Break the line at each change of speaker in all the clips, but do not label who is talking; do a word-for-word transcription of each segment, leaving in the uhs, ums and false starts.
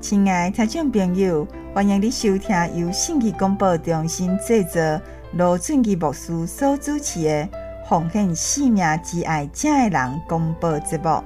亲爱的听众朋友，欢迎你收听由信息广播中心制作、罗俊吉牧师所主持的《奉献生命之爱正的人》广播节目。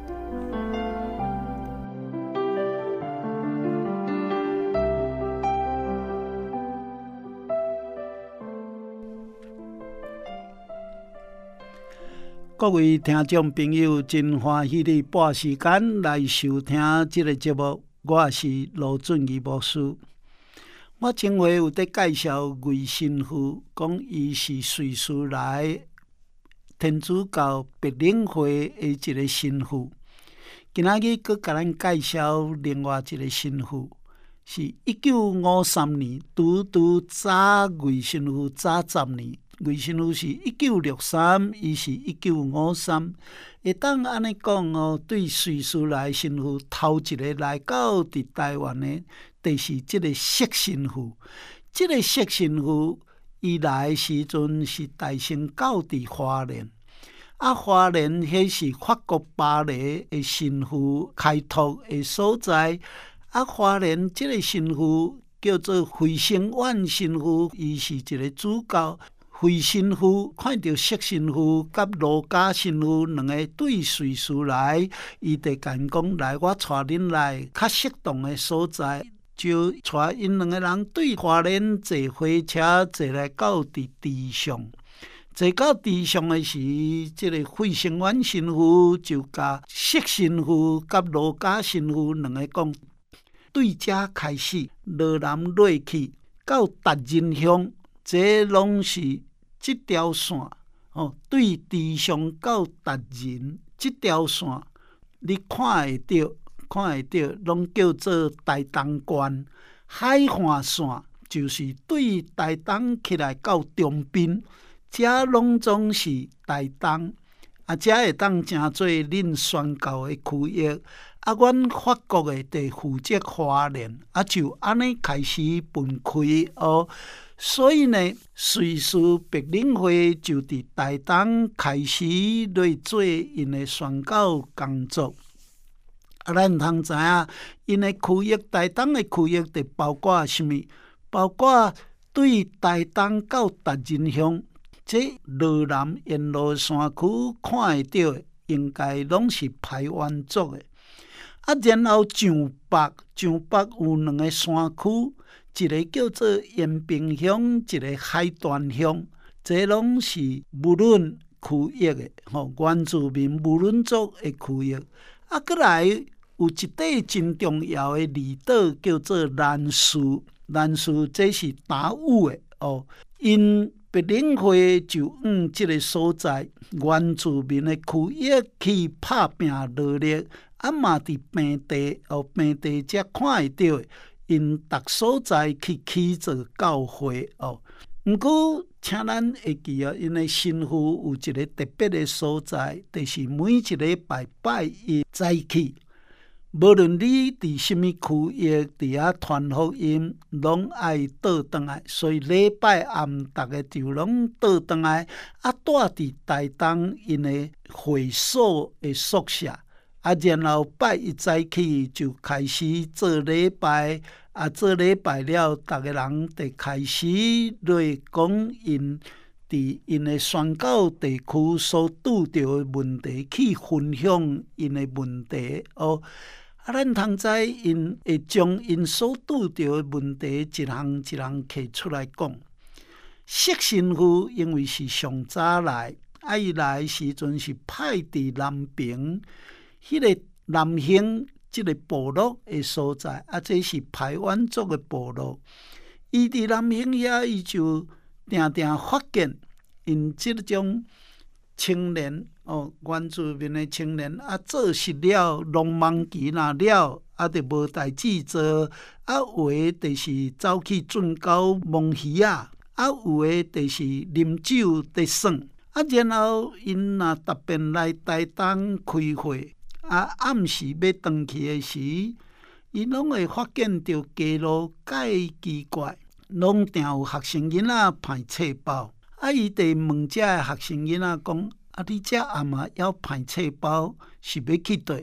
各位听众朋友，真欢喜你拨时间来收听这个节目。我是罗俊义牧师。我前回有在介绍魏神父，讲伊是瑞士来天主教白领会的一个神父。今仔日佮甲咱介绍另外一个神父，是一九五三年，拄拄早魏神父早十年。魏神父是一九六三，伊是一九五三。会当安尼讲哦，对瑞士来神父头一个来到伫台湾的，就是即个释神父。即、这个释神父伊来的时阵是大乘教伫花莲，啊花莲迄是法国巴黎的神父开拓的所在，啊花莲即个神父叫做惠生院神父，伊是一个主教。惠神父看到释神父甲罗家神父两个对瑞士来，伊就讲讲来，我带恁来较适当的所在，就带因两个人对花莲坐火车坐来到伫地上。坐到地上的时，即、这个惠生院神父就甲释神父甲罗家神父两个讲，对遮开始落南落去到达人乡，这拢是。这条线哦，对地上到达人这条线，你看会到，看会到，拢叫做台东关海岸线，就是对台东起来到中滨，这拢总是台东，啊，这会当成做恁宣教的区域，啊，阮法国的地负责花莲，啊，就安尼开始分开哦。所以呢，瑞士白领会就伫台东开始来做因的宣教工作。啊，咱通知影，因的区域台东的区域就包括什么？包括对台东到达人乡，这罗南沿路山区看会到的，应该拢是排湾族的。啊，然后上北，上北有两个山区。一个叫做延平乡，一个海端乡，这拢是无论区域的吼，原住民无论族的区域。啊，过来有一块真重要的离岛，叫做兰屿。兰屿这是达悟的哦，因白领会就往这个所在原住民的区域去拍拼努力，啊嘛伫平地哦，平地才看会到的。因逐所在去起做教会哦，毋过请咱会记哦，因为神父有一个特别的所在，就是每一个礼拜拜一早起，无论你伫什么区域伫遐传福音，拢爱倒转来，所以礼拜暗逐个就拢倒转来，啊，住伫台东因的会所的宿舍，啊，然后拜一早起就开始做礼拜。啊，做礼拜了，逐个人就开始来讲因伫因的宣教地区所拄到的问题，去分享因的问题哦。啊，咱通知因会将因所拄到的问题一项一项摕出来讲。释神父因为是上早来，啊，伊来的时阵是派伫南平，迄、那个南兴。这个部落的所在，啊，这是排湾族的部落。伊伫南兴遐，伊就定定发现，因这种青年哦，原住民的青年啊，做实了，农忙期若了，啊，就无代志做，啊，有的就是走去圳沟摸鱼啊，啊，有的就是啉酒在耍，啊，然后因若特别来台东开会。啊，暗时要回去的时，伊拢会发现到街路介奇怪，拢定有学生囡仔歹册包。啊，伊就问遮个学生囡仔讲：啊，你遮暗啊要歹册包是要去佗？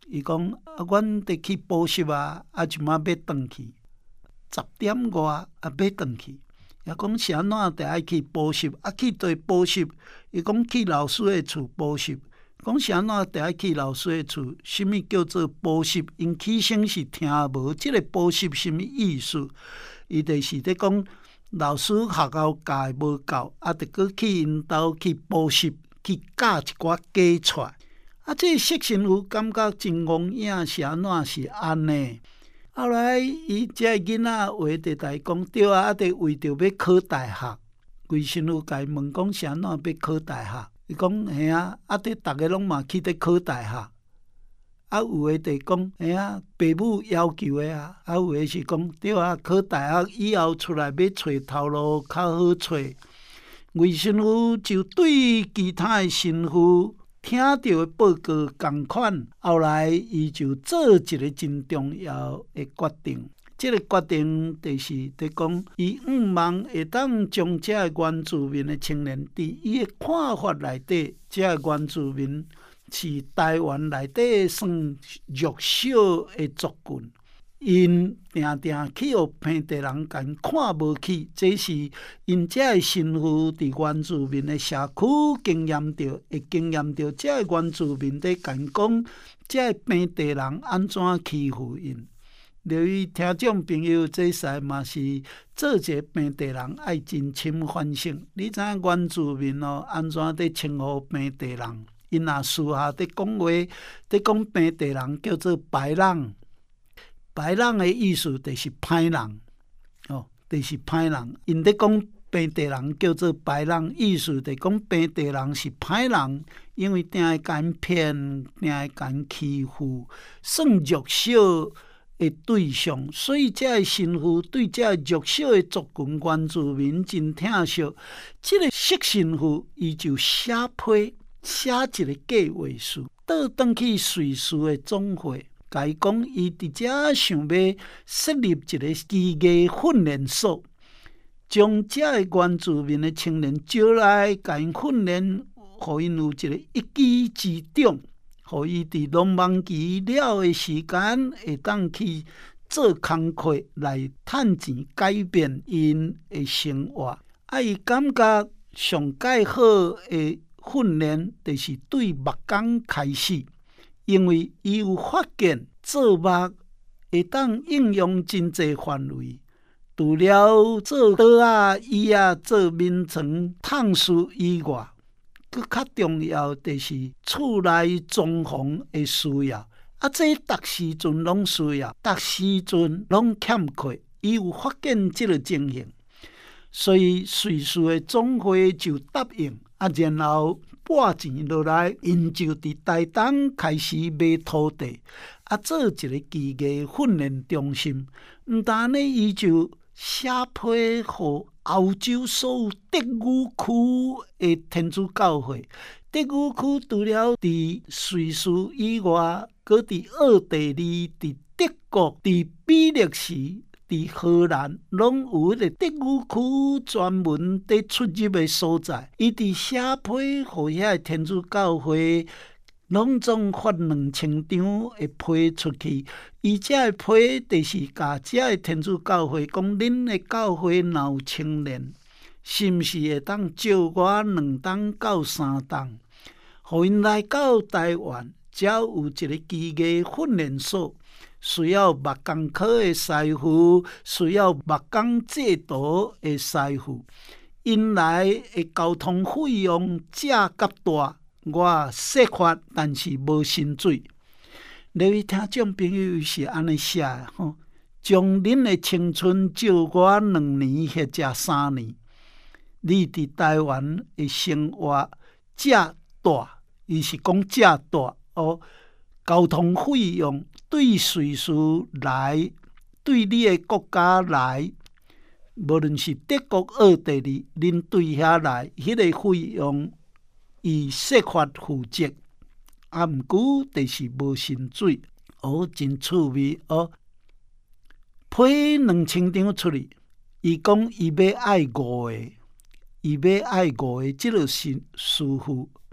伊讲啊，阮得去补习啊，啊，即马要转去，十点外啊要转去。也讲是安怎得爱去补习，啊去对补习，伊讲去老师的厝补习，讲是安怎得爱去老师的厝？什么叫做补习？因起先是听无即个补习什么意思？伊就是咧讲老师学校教的无够，啊，得搁去因兜去补习，去教一寡假出来。啊，这释神父感觉真戆影，是安怎是安尼？后来，伊这囡仔话伫台讲对啊，啊，得为着要考大学，规神父甲伊问讲是安怎要考大学？伊讲嘿啊，啊，得逐个拢嘛去得考大学。啊，有诶得讲嘿啊，父母要求诶啊，啊，有诶是讲对啊，考大学以后出来要找头路较好找。魏神父就对其他诶神父听到的报告同款，后来伊就做一个真重要的决定。这个决定就是伫讲，伊毋望会当将这个原住民的青年，伫伊的看法内底，这个原住民是台湾内底算弱小的族群。因定定去互平地人甲因看无起，这是因这个神父伫原住民的社区经验到，会经验到这个原住民在甲因讲，这个平地人安怎欺负因。留意听众朋友，这使嘛是做一个平地人爱真心反省。你知影原住民哦，安怎在称呼平地人？因若私下在讲话，在讲平地人叫做白人。白人的意思就是歹人，哦，就是歹人。因咧讲平地人叫做白人，意思就是讲平地人是歹人，因为定会甲因骗，定会甲因欺负，算弱小的对象。所以这个神父对这个弱小的族群原住民真疼惜。这个释神父伊就写批写一个计划书，倒转去瑞士的总会。甲伊讲，伊伫遮想要设立一个基艺训练所，将遮个原住民的青年招来，甲因训练，互因有一个一技之长，互伊伫农忙期了的时间，会当去做工课来趁钱，改变因的生活。啊，伊感觉上介好的训练，就是对木工开始。因为伊有发现做木会当应用真济范围，除了做桌啊、椅啊、做眠床、躺书以外，佫较重要就是厝内装潢的需要。啊，这逐时阵拢需要，逐时阵拢欠缺。伊有发现即个情形，所以瑞士的总会就答应，啊，然后拨钱落来，因就伫台东开始买土地，啊，做一个基艺训练中心。毋但呢，伊就写批互欧洲所有德语区的天主教会。德语区除了伫瑞士以外，搁伫奥地利、伫德国、伫比利时、伫荷兰，拢有迄个德语区专门伫出入的所在。伊伫写批互遐天主教会，拢总发两千张的批出去。伊这个批就是甲这个天主教会讲，恁的教会若有青年，是毋是会当招我两档到三档，互因来到台湾，只要有一个基艺训练所。需要木工科的师傅，需要木工制图的师傅，因来的交通费用价较大，我设法，但是无薪水。你位听众朋友是安尼写的吼，将恁的青春借我两年或者三年，你伫台湾的生活这大，伊是讲这大哦，交通费用。对瑞士来，对你的国家来，无论是德国、奥地利，恁对遐来，迄、那个费用伊设法负责，啊，毋过就是无薪水，哦，真趣味哦。批两千张出去，伊讲伊要爱五个，伊要爱五个，即个是师傅。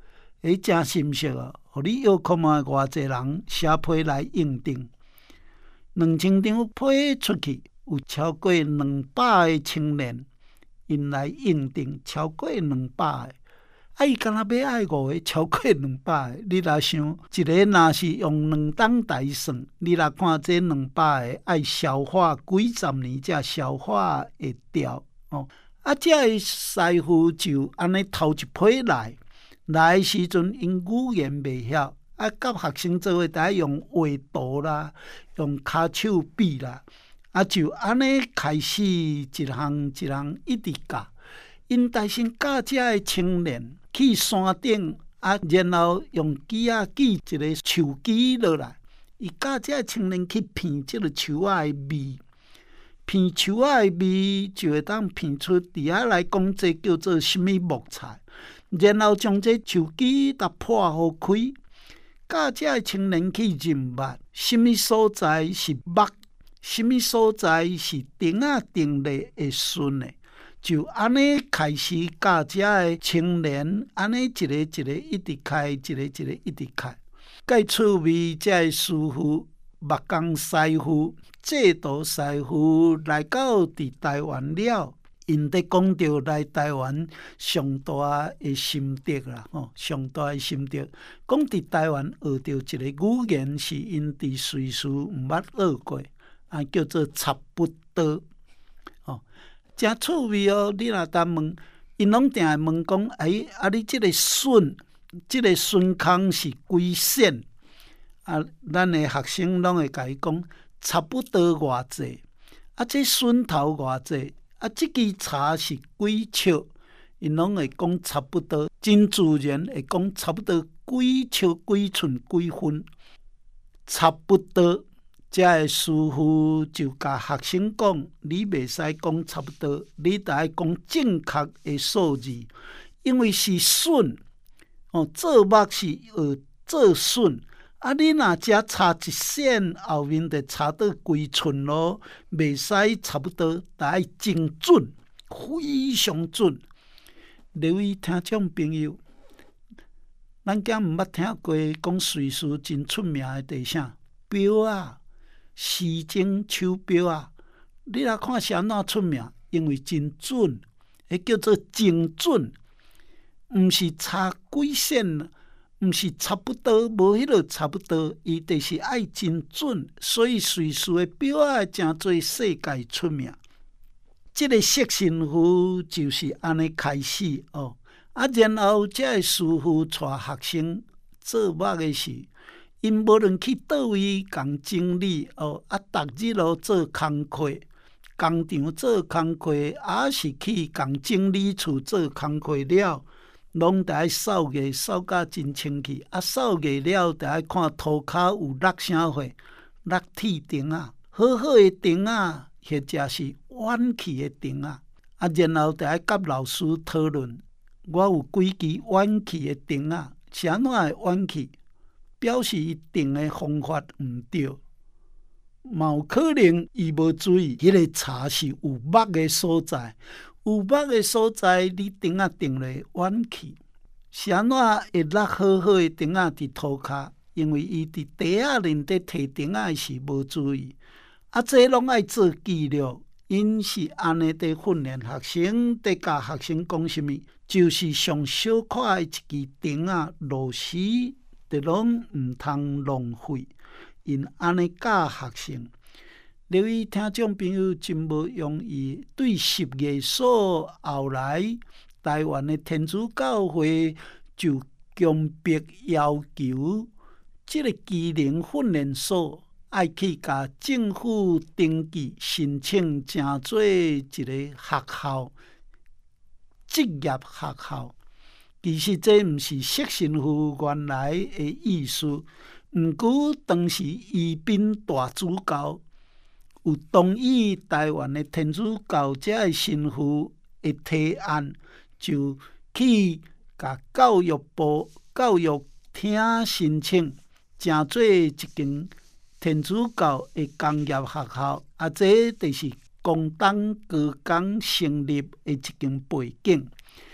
迄真深色哦，互你要看嘛偌济人写批来认定。两千张批出去，有超过两百个青年，因来认定超过两百个。啊，伊敢若要爱五个，超过两百个。你若想，一个若是用两档台算，你若看这两百个爱消化几十年才消化会掉哦。啊，这个师傅就安尼头一批来，来的时阵因语言袂晓，啊，甲学生做伙，大家用画图啦，用骹手比啦，啊，就安尼开始一项一项一直教。因大先教这个青年。去山顶啊，然后用机啊记一个树枝落来，伊教这青年去闻这个树仔的味，闻树仔的味就会当闻出伫遐来讲这叫做什么木材，然后将这树枝搭破互开，教这青年去认目，什么所在是木，什么所在是钉啊钉咧会顺的。就安尼开始教这个青年，安尼一个一个一直开，一个一个一直开。介趣味，这个师傅木工师傅、制图师傅来到伫台湾了，因得讲到来台湾上大的心得啦，吼，上大的心得。讲伫台湾学到一个语言，是因伫瑞士毋捌学过，啊，叫做插不多。真趣味哦！你若当问，因拢定会问讲，哎，啊，你即个笋，即个笋空是几线？啊，咱的学生拢会甲伊讲，差不多偌济。啊，这笋头偌济？啊，即支茶是几尺？因拢会讲差不多，真自然会讲差不多几尺、几寸、几分，差不多。这个师傅就甲学生讲：你袂使讲差不多，你得爱讲正确的数字，因为是笋哦，做目是学做笋啊。你若只差一线，后面就差到几寸咯，袂使差不多，得爱精准，非常准。各位听众朋友，咱囝毋捌听过讲瑞士真出名的地啥表啊？时钟手表啊，你来看是安怎出名？因为真准，迄叫做精准，毋是差几线，毋是差不多，无迄落差不多，伊就是爱真准。所以瑞士的表啊，真做世界出名。即、这个识身符就是安尼开始哦，啊，然后这个师傅带学生做目的时。因无论去倒位共整理哦，啊，逐日咯做工课，工场做工课，还是去共整理厝做工课了，拢得爱扫个扫甲真清气。啊，扫个了，得爱看涂骹有落啥货，落铁钉啊，好好的钉啊，或者是弯去的钉啊。啊，然后得爱甲老师讨论，我有几支弯去的钉啊，是安怎会弯去？表示伊定的方法毋对，嘛有可能伊无注意，迄、那个茶是有目的所在，有目的所在，你钉啊钉咧弯去，是安怎会落好好的钉啊伫涂骹？因为伊伫地下面伫摕钉啊是无注意，啊，这拢爱做记录，因是安尼伫训练学生，伫教学生讲什么，就是上小块的一支钉啊，螺丝。就拢毋通浪费，因安尼教学生。各位听众朋友真无容易，对十月所后来台湾的天主教会就强迫要求，即个机能训练所爱去甲政府登记申请，成做一个学校，职业学校。其实这毋是识身符原来的意思，毋过当时宜宾大主教有同意台湾的天主教这个身符的提案，就去甲教育部教育厅申请，成做一间天主教的工业学校。啊，这就是工党高工成立的一间背景。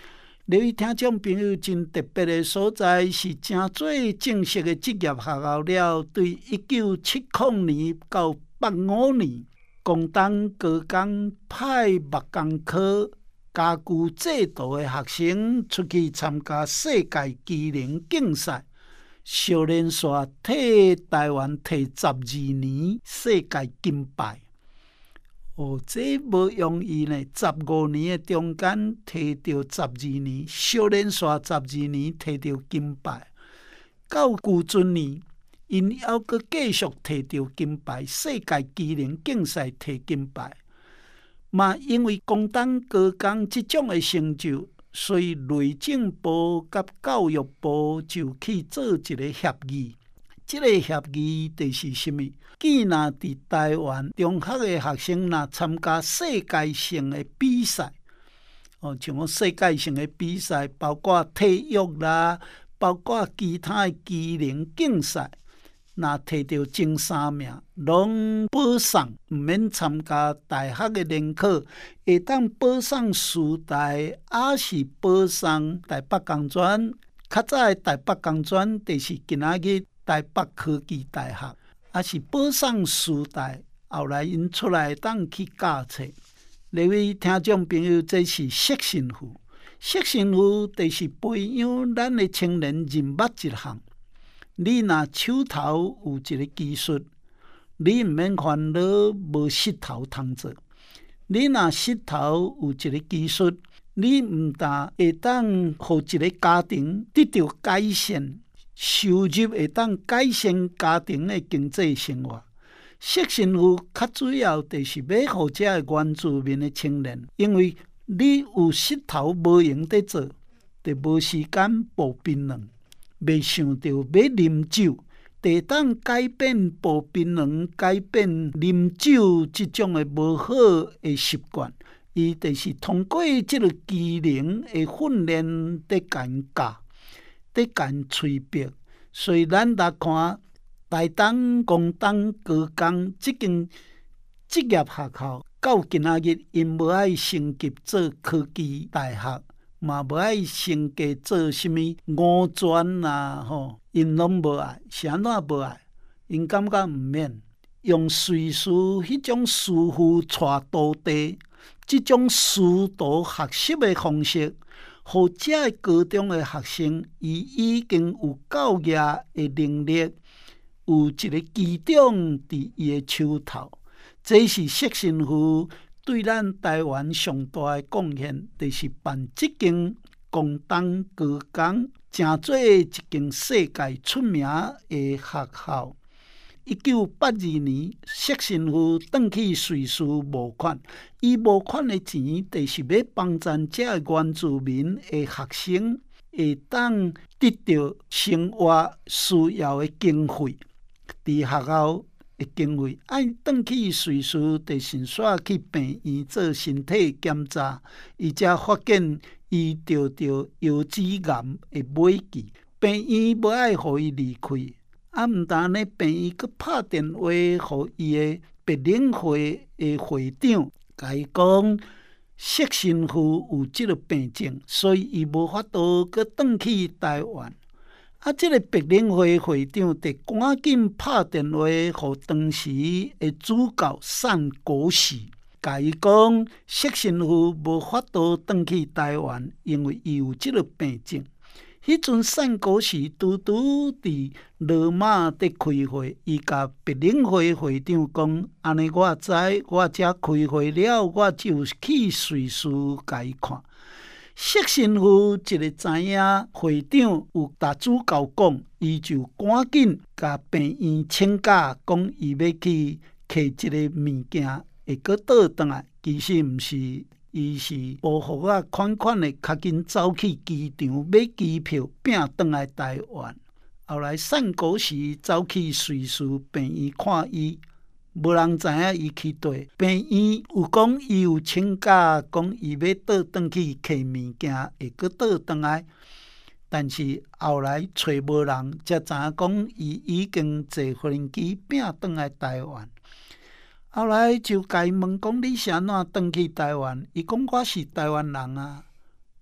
各位听众朋友，真特别的所在是真侪正式的职业学校了，对一九七零年到八五年，高中高工派目工科家具制度的学生出去参加世界机能竞赛，小连续替台湾摕十二年世界金牌。哦，这无容易呢！十五年的中间摕到十二年，小连续十二年摕到金牌。到旧尊年，因还阁继续摕到金牌，世界机能竞赛摕金牌。嘛，因为高中高工这种的成就，所以内政部甲教育部就去做一个协议。这个协议就是什么？既若伫台湾中学的学生若参加世界性的比赛，哦，像讲世界性的比赛，包括体育啦，包括其他的机能竞赛，若摕到前三名，拢保送，毋免参加大学的联考，会当保送师大，也是保送台北工专。较早的台北工专，就是今仔日台北科技大学，也是保送师大。后来因出来当去教册。各位听众朋友，这是识幸福。识幸福就是培养咱的青年人捌一项。你若手头有一个技术，你毋免烦恼无膝头通做。你若膝头有一个技术，你毋但会当互一个家庭得到改善，收入会当改善家庭的经济生活。识幸福较主要就是要互这个原住民的青年，因为你有膝头无用得做，就无时间补槟榔，未想到要啉酒，就当改变补槟榔，改变啉酒这种的无好的习惯。伊就是通过这个机能的训练，得甲因教，得甲因催逼。所以咱来看台东、高东、高工这间职业学校，到今仔日因无爱升级做科技大学，嘛无爱升级做什么五专啦，吼，因拢无爱，是安怎无爱？因感觉毋免用瑞士迄种师傅带徒弟。这种师徒学习的方式，互这高中的学生，伊已经有教育的能力，有一个基种伫伊的手头。这是识幸福对咱台湾上大的贡献，就是办这间高东高工，诚做一间世界出名的学校。一九八二年，识幸福转去瑞士募款，伊募款的钱，就是要帮助这原住民的学生，会当得到生活需要的经费。伫学校的经费，爱转去瑞士，就先煞去病院做身体检查，伊才发现伊得到腰子癌的尾期，病院无爱互伊离开。啊，毋但呢，病院佮拍电话互伊的别领会的会长，甲伊讲识幸福有即个病症，所以伊无法度佮转去台湾。啊，即、这个别领会会长得赶紧拍电话互当时的主教单国士，甲伊讲识幸福无法度转去台湾，因为伊有即个病症。迄阵单国士拄拄伫罗马伫开会，伊甲别领会会长讲：安尼我知，我遮开会了，我就去瑞士甲伊看。识幸福一个知影会长有甲主教讲，伊就赶紧甲病院请假，讲伊要去摕一个物件，会搁倒转来。其实毋是。伊是保护啊，款款的，较紧走去机场买机票，拼转来台湾。后来单国时走去瑞士病院看伊，无人知影伊去佗。病院有讲伊有请假，讲伊要倒转去摕物件，会搁倒转来。但是后来找无人，才知影讲伊已经坐飞行机拼转来台湾。后来就甲伊问讲：你是安怎转去台湾？伊讲：我是台湾人啊。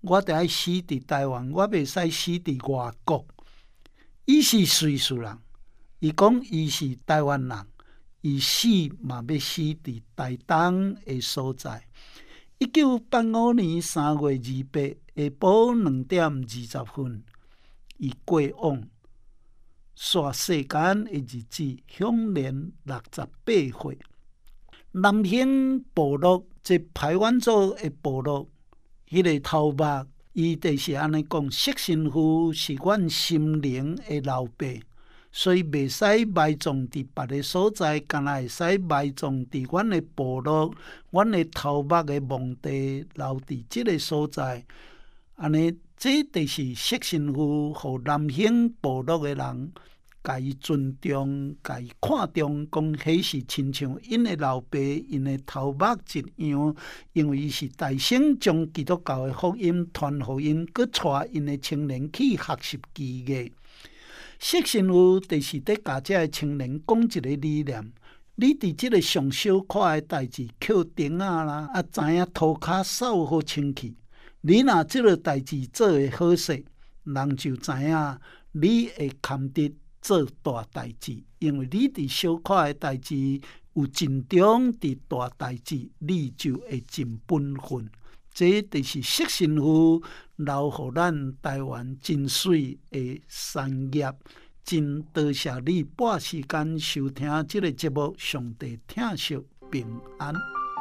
我得爱死伫台湾，我袂使死伫外国。伊是瑞士人，伊讲伊是台湾人，伊死嘛要死伫台东的所在。一九八五年三月二八下晡两点二十分，伊过往煞世间的日子，享年六十八岁。南兴部落即排湾族的部落，迄、那个头目，伊就是安尼讲，释神父是阮心灵的老爸。所以袂使埋葬伫别个所在，敢若会使埋葬伫阮的部落，阮的头目的墓地留伫即个所在。安尼，这就是释神父互南兴部落的人，甲伊尊重，甲伊看重，讲迄是亲像因的老爸，因的头目一样，因为伊是大省将基督教的福音传互因，佮带因的青年去学习基业。释神父就是伫甲遮个青年讲一个理念：你伫即个上小可的代志，扣钉啊啦，啊知影涂骹扫好清气。你若即个代志做会好势，人就知影你会堪得做大代志，因为你伫小可的代志有尽忠，伫大代志你就会尽本分。这就是释神父留互咱台湾真水的产业。真多谢你拨时间收听这个节目，上帝疼惜平安。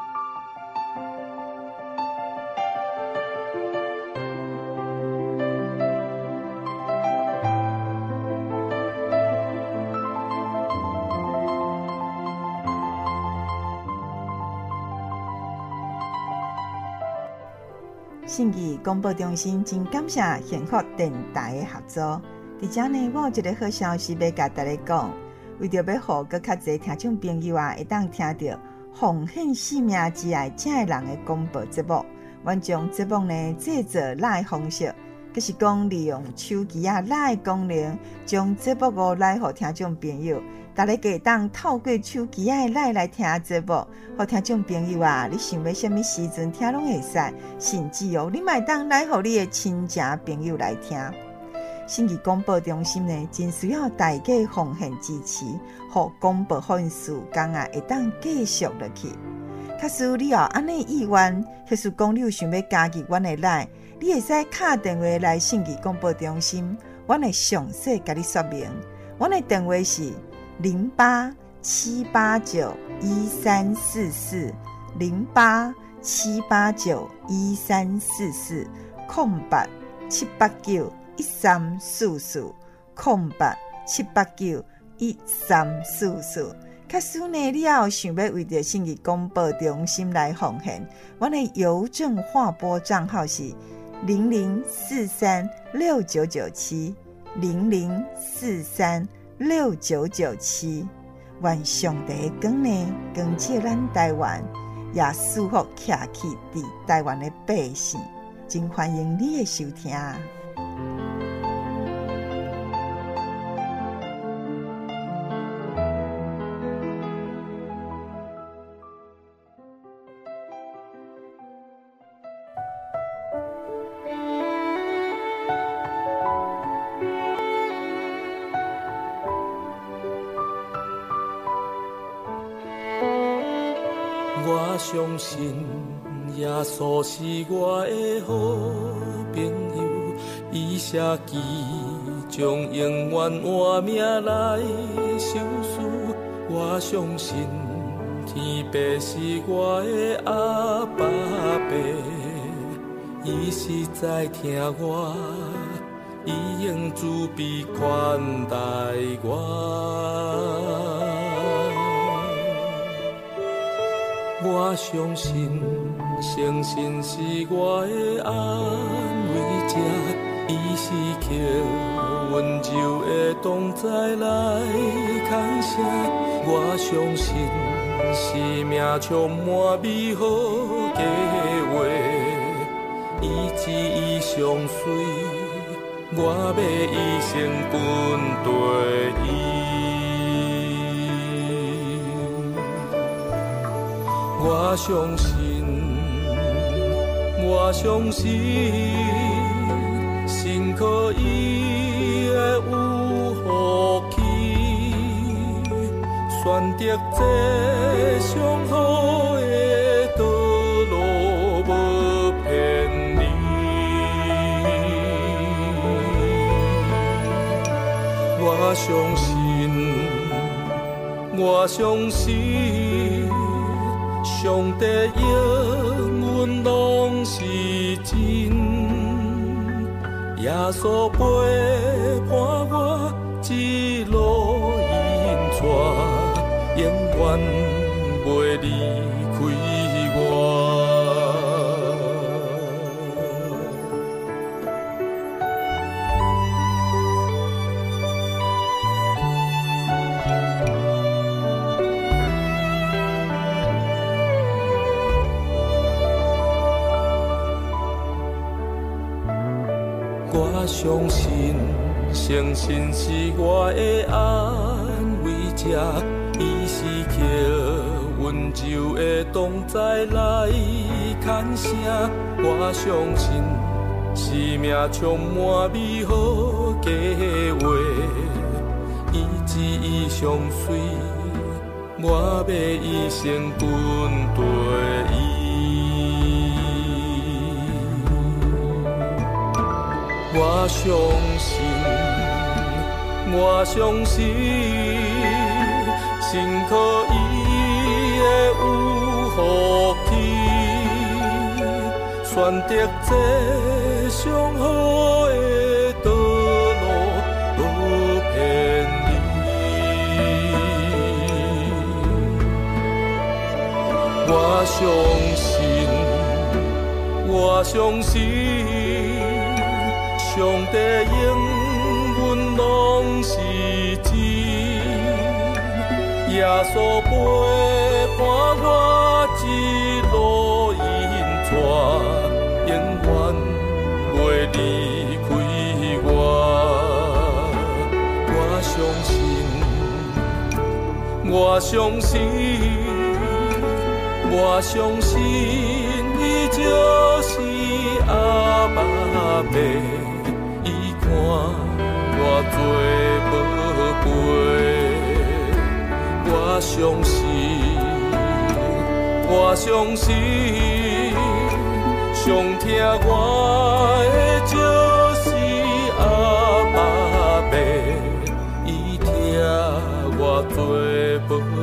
信义广播中心真感谢幸福电台的合作。伫遮呢，我有一个好消息要甲大家讲，为着要互搁较侪听众朋友啊，会当听到奉献性命之爱遮个人的广播节目，阮将节目呢制作来方式，就是讲利用手机啊来功能，将节目个来互听众朋友。大家可以当透过手机啊来来听节目，互听众朋友啊，你想要什么时阵听拢会使，甚至哦，你嘛当来互你的亲情朋友来听。信义广播中心呢，真需要大家奉献支持，互广播好事工啊会当继续落去。假使你有安尼意愿，或是讲你有想要加入阮的来，你会使打电话来信义广播中心，阮会详细甲你说明。阮的电话是零八七八九一三四四零八七八九一三四四空八七八九一三四四空八七八九一三四四。假使呢，你要想要为着信义广播中心来奉献，阮的邮政划拨账号是零零四三六九九七零零四三六九九七。愿上帝光呢光照咱台湾，也祝福徛起伫台湾的百姓。真欢迎你的收听。
我相信耶稣是我的好朋友，伊写记将永远换命来受死。我相信天父是我的阿爸爸，伊是在听我，伊用慈悲款待我。我相信圣神是我的安慰者，伊是靠温柔的同在来牵扯。我相信生命充满美好计划，伊旨意相随，我要一生跟对伊。我相信我相信，心可伊会有福气，选择这上好的道路，无偏离。我相信，我相信。上帝应允拢是真，耶稣陪伴我一路引带，永远袂离开我。我相信，相信是我的安慰者，伊是靠温柔的同在来牵绳。我相信，生命充满美好计划，以至伊相随，我要一生跟随伊。我相信，我相信，心可伊会有福气，选择这上好的道路，无偏离。我相信，我相信。上帝应允拢是真，耶稣陪伴我一路引带，永远袂离开我。我相信，我相信，我相信，伊就是阿爸爸。我做宝贝，我相信，我相信，上疼我的就是阿爸爸，伊疼我做宝贝。